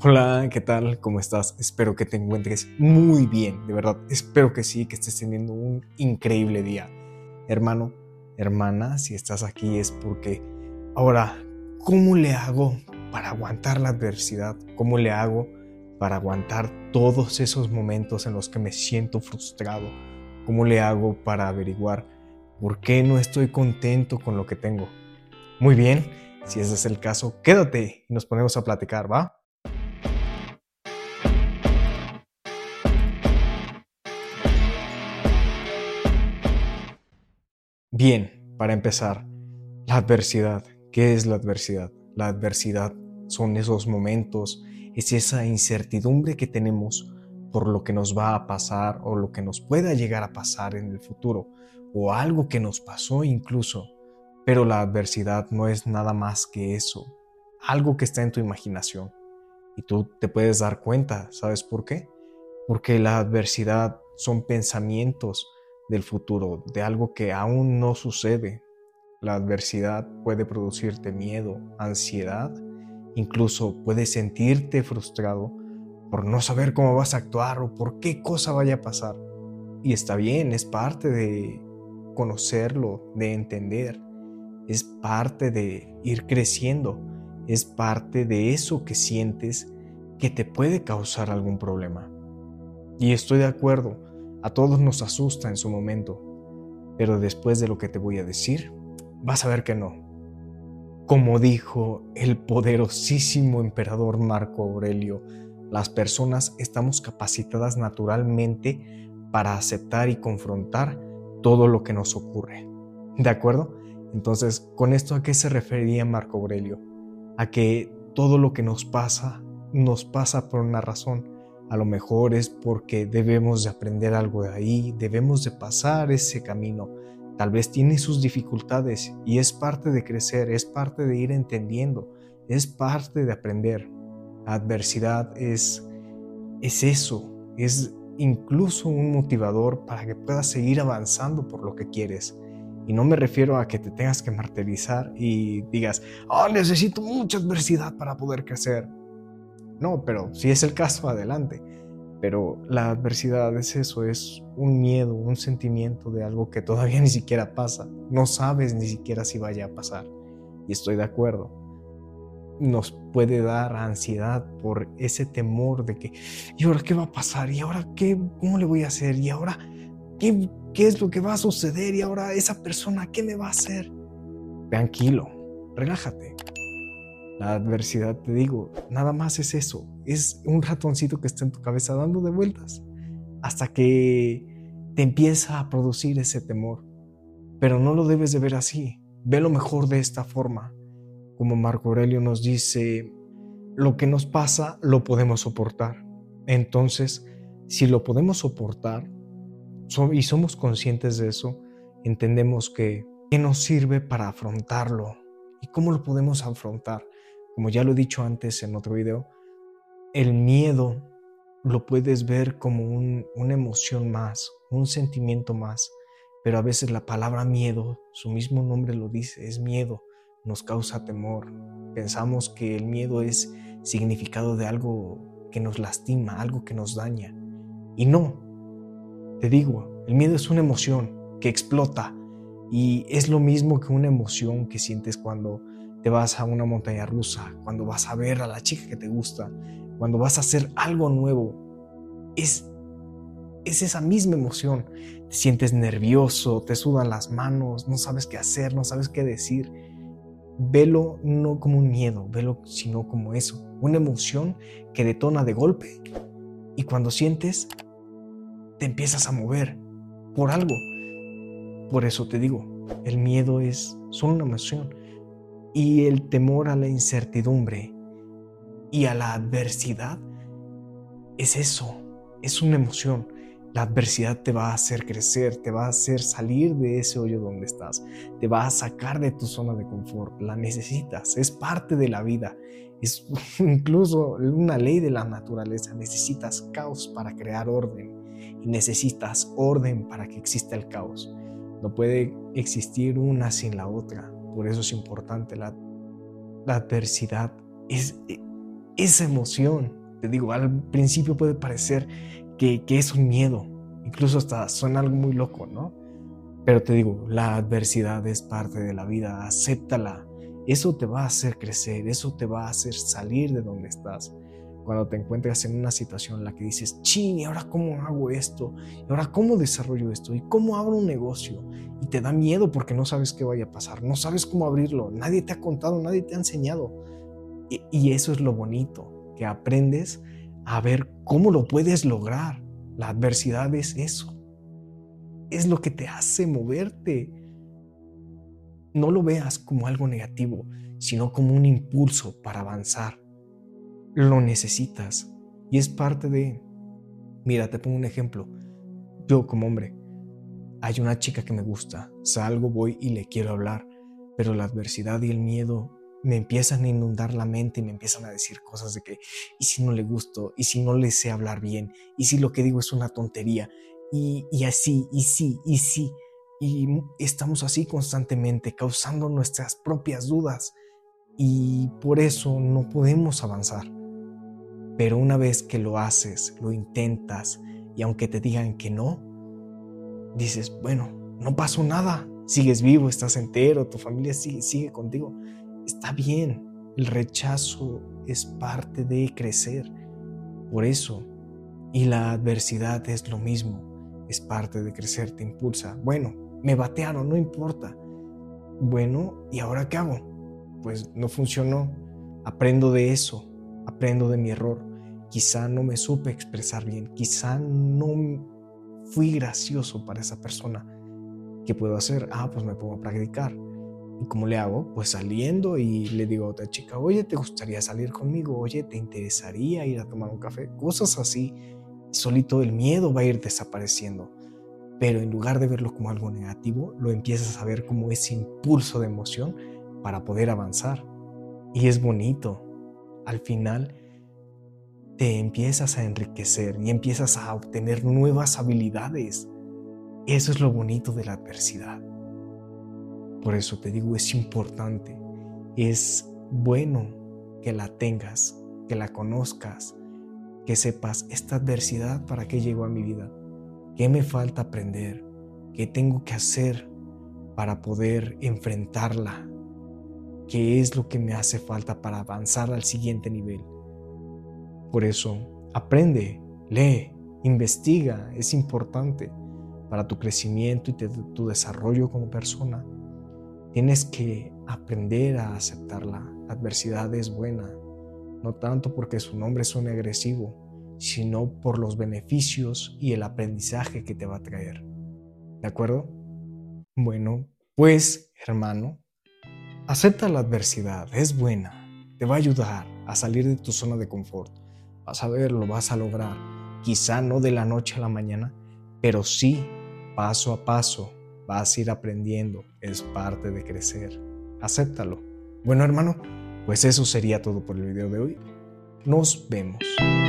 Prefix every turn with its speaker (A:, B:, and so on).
A: Hola, ¿qué tal? ¿Cómo estás? Espero que te encuentres muy bien, de verdad. Espero que sí, que estés teniendo un increíble día. Hermano, hermana, si estás aquí es porque ahora, ¿cómo le hago para aguantar la adversidad? ¿Cómo le hago para aguantar todos esos momentos en los que me siento frustrado? ¿Cómo le hago para averiguar por qué no estoy contento con lo que tengo? Muy bien, si ese es el caso, quédate y nos ponemos a platicar, ¿va? Bien, para empezar, la adversidad. ¿Qué es la adversidad? La adversidad son esos momentos, es esa incertidumbre que tenemos por lo que nos va a pasar o lo que nos pueda llegar a pasar en el futuro o algo que nos pasó incluso. Pero la adversidad no es nada más que eso, algo que está en tu imaginación y tú te puedes dar cuenta. ¿Sabes por qué? Porque la adversidad son pensamientos del futuro, de algo que aún no sucede. La adversidad puede producirte miedo, ansiedad, incluso puedes sentirte frustrado por no saber cómo vas a actuar o por qué cosa vaya a pasar. Y está bien, es parte de conocerlo, de entender, es parte de ir creciendo, es parte de eso que sientes que te puede causar algún problema. Y estoy de acuerdo, a todos nos asusta en su momento, pero después de lo que te voy a decir, vas a ver que no. Como dijo el poderosísimo emperador Marco Aurelio, las personas estamos capacitadas naturalmente para aceptar y confrontar todo lo que nos ocurre. ¿De acuerdo? Entonces, ¿con esto a qué se refería Marco Aurelio? A que todo lo que nos pasa por una razón. A lo mejor es porque debemos de aprender algo de ahí, debemos de pasar ese camino. Tal vez tiene sus dificultades y es parte de crecer, es parte de ir entendiendo, es parte de aprender. La adversidad es eso, es incluso un motivador para que puedas seguir avanzando por lo que quieres. Y no me refiero a que te tengas que martirizar y digas, oh, necesito mucha adversidad para poder crecer. No, pero si es el caso, adelante. Pero la adversidad es eso, es un miedo, un sentimiento de algo que todavía ni siquiera pasa. No sabes ni siquiera si vaya a pasar. Y estoy de acuerdo. Nos puede dar ansiedad por ese temor de que, ¿y ahora qué va a pasar? ¿Y ahora qué? ¿Cómo le voy a hacer? ¿Y ahora qué es lo que va a suceder? ¿Y ahora esa persona qué me va a hacer? Tranquilo, relájate. La adversidad, te digo, nada más es eso, es un ratoncito que está en tu cabeza dando de vueltas hasta que te empieza a producir ese temor. Pero no lo debes de ver así, velo mejor de esta forma. Como Marco Aurelio nos dice, lo que nos pasa lo podemos soportar. Entonces, si lo podemos soportar y somos conscientes de eso, entendemos que qué nos sirve para afrontarlo y cómo lo podemos afrontar. Como ya lo he dicho antes en otro video, el miedo lo puedes ver como una emoción más, un sentimiento más, pero a veces la palabra miedo, su mismo nombre lo dice, es miedo, nos causa temor. Pensamos que el miedo es significado de algo que nos lastima, algo que nos daña. Y no, te digo, el miedo es una emoción que explota y es lo mismo que una emoción que sientes cuando te vas a una montaña rusa, cuando vas a ver a la chica que te gusta, cuando vas a hacer algo nuevo. Es, es esa misma emoción. Te sientes nervioso, te sudan las manos, no sabes qué hacer, no sabes qué decir. Velo no como un miedo, velo sino como eso, una emoción que detona de golpe y cuando sientes te empiezas a mover por algo. Por eso te digo, el miedo es solo una emoción y el temor a la incertidumbre y a la adversidad es eso, es una emoción. La adversidad te va a hacer crecer, te va a hacer salir de ese hoyo donde estás, te va a sacar de tu zona de confort, la necesitas, es parte de la vida, es incluso una ley de la naturaleza, necesitas caos para crear orden y necesitas orden para que exista el caos. No puede existir una sin la otra, por eso es importante la adversidad. esa emoción. Te digo, al principio puede parecer que es un miedo, incluso hasta suena algo muy loco, ¿no? Pero te digo, la adversidad es parte de la vida, acéptala. Eso te va a hacer crecer, eso te va a hacer salir de donde estás. Cuando te encuentras en una situación en la que dices, ching, ¿y ahora cómo hago esto? ¿Y ahora cómo desarrollo esto? ¿Y cómo abro un negocio? Y te da miedo porque no sabes qué vaya a pasar, no sabes cómo abrirlo, nadie te ha contado, nadie te ha enseñado. Y eso es lo bonito, que aprendes a ver cómo lo puedes lograr. La adversidad es eso, es lo que te hace moverte. No lo veas como algo negativo, sino como un impulso para avanzar. Lo necesitas y es parte de... Mira, te pongo un ejemplo. Yo como hombre, hay una chica que me gusta, salgo, voy y le quiero hablar, pero la adversidad y el miedo me empiezan a inundar la mente y me empiezan a decir cosas de que, ¿y si no le gusto? ¿Y si no le sé hablar bien? ¿Y si lo que digo es una tontería? Y así, y sí, y sí. Y estamos así constantemente, causando nuestras propias dudas y por eso no podemos avanzar. Pero una vez que lo haces, lo intentas y aunque te digan que no, dices, bueno, no pasó nada, sigues vivo, estás entero, tu familia sigue contigo, está bien. El rechazo es parte de crecer, por eso, y la adversidad es lo mismo, es parte de crecer, te impulsa. Bueno, me batearon, no importa. Bueno, ¿y ahora qué hago? Pues no funcionó, aprendo de eso, aprendo de mi error. Quizá no me supe expresar bien, quizá no fui gracioso para esa persona. ¿Qué puedo hacer? Pues me pongo a practicar. ¿Y cómo le hago? Pues saliendo y le digo a otra chica, oye, ¿te gustaría salir conmigo? Oye, ¿te interesaría ir a tomar un café? Cosas así. Y solito el miedo va a ir desapareciendo. Pero en lugar de verlo como algo negativo, lo empiezas a ver como ese impulso de emoción para poder avanzar. Y es bonito. Al final te empiezas a enriquecer y empiezas a obtener nuevas habilidades. Eso es lo bonito de la adversidad. Por eso te digo, es importante, es bueno que la tengas, que la conozcas, que sepas esta adversidad para qué llegó a mi vida, qué me falta aprender, qué tengo que hacer para poder enfrentarla, qué es lo que me hace falta para avanzar al siguiente nivel. Por eso, aprende, lee, investiga, es importante para tu crecimiento y tu desarrollo como persona. Tienes que aprender a aceptarla. La adversidad es buena, no tanto porque su nombre suene agresivo, sino por los beneficios y el aprendizaje que te va a traer. ¿De acuerdo? Bueno, pues, hermano, acepta la adversidad, es buena, te va a ayudar a salir de tu zona de confort. Vas a ver, lo vas a lograr. Quizá no de la noche a la mañana, pero sí, paso a paso, vas a ir aprendiendo, es parte de crecer. Acéptalo. Bueno, hermano, pues eso sería todo por el video de hoy. Nos vemos.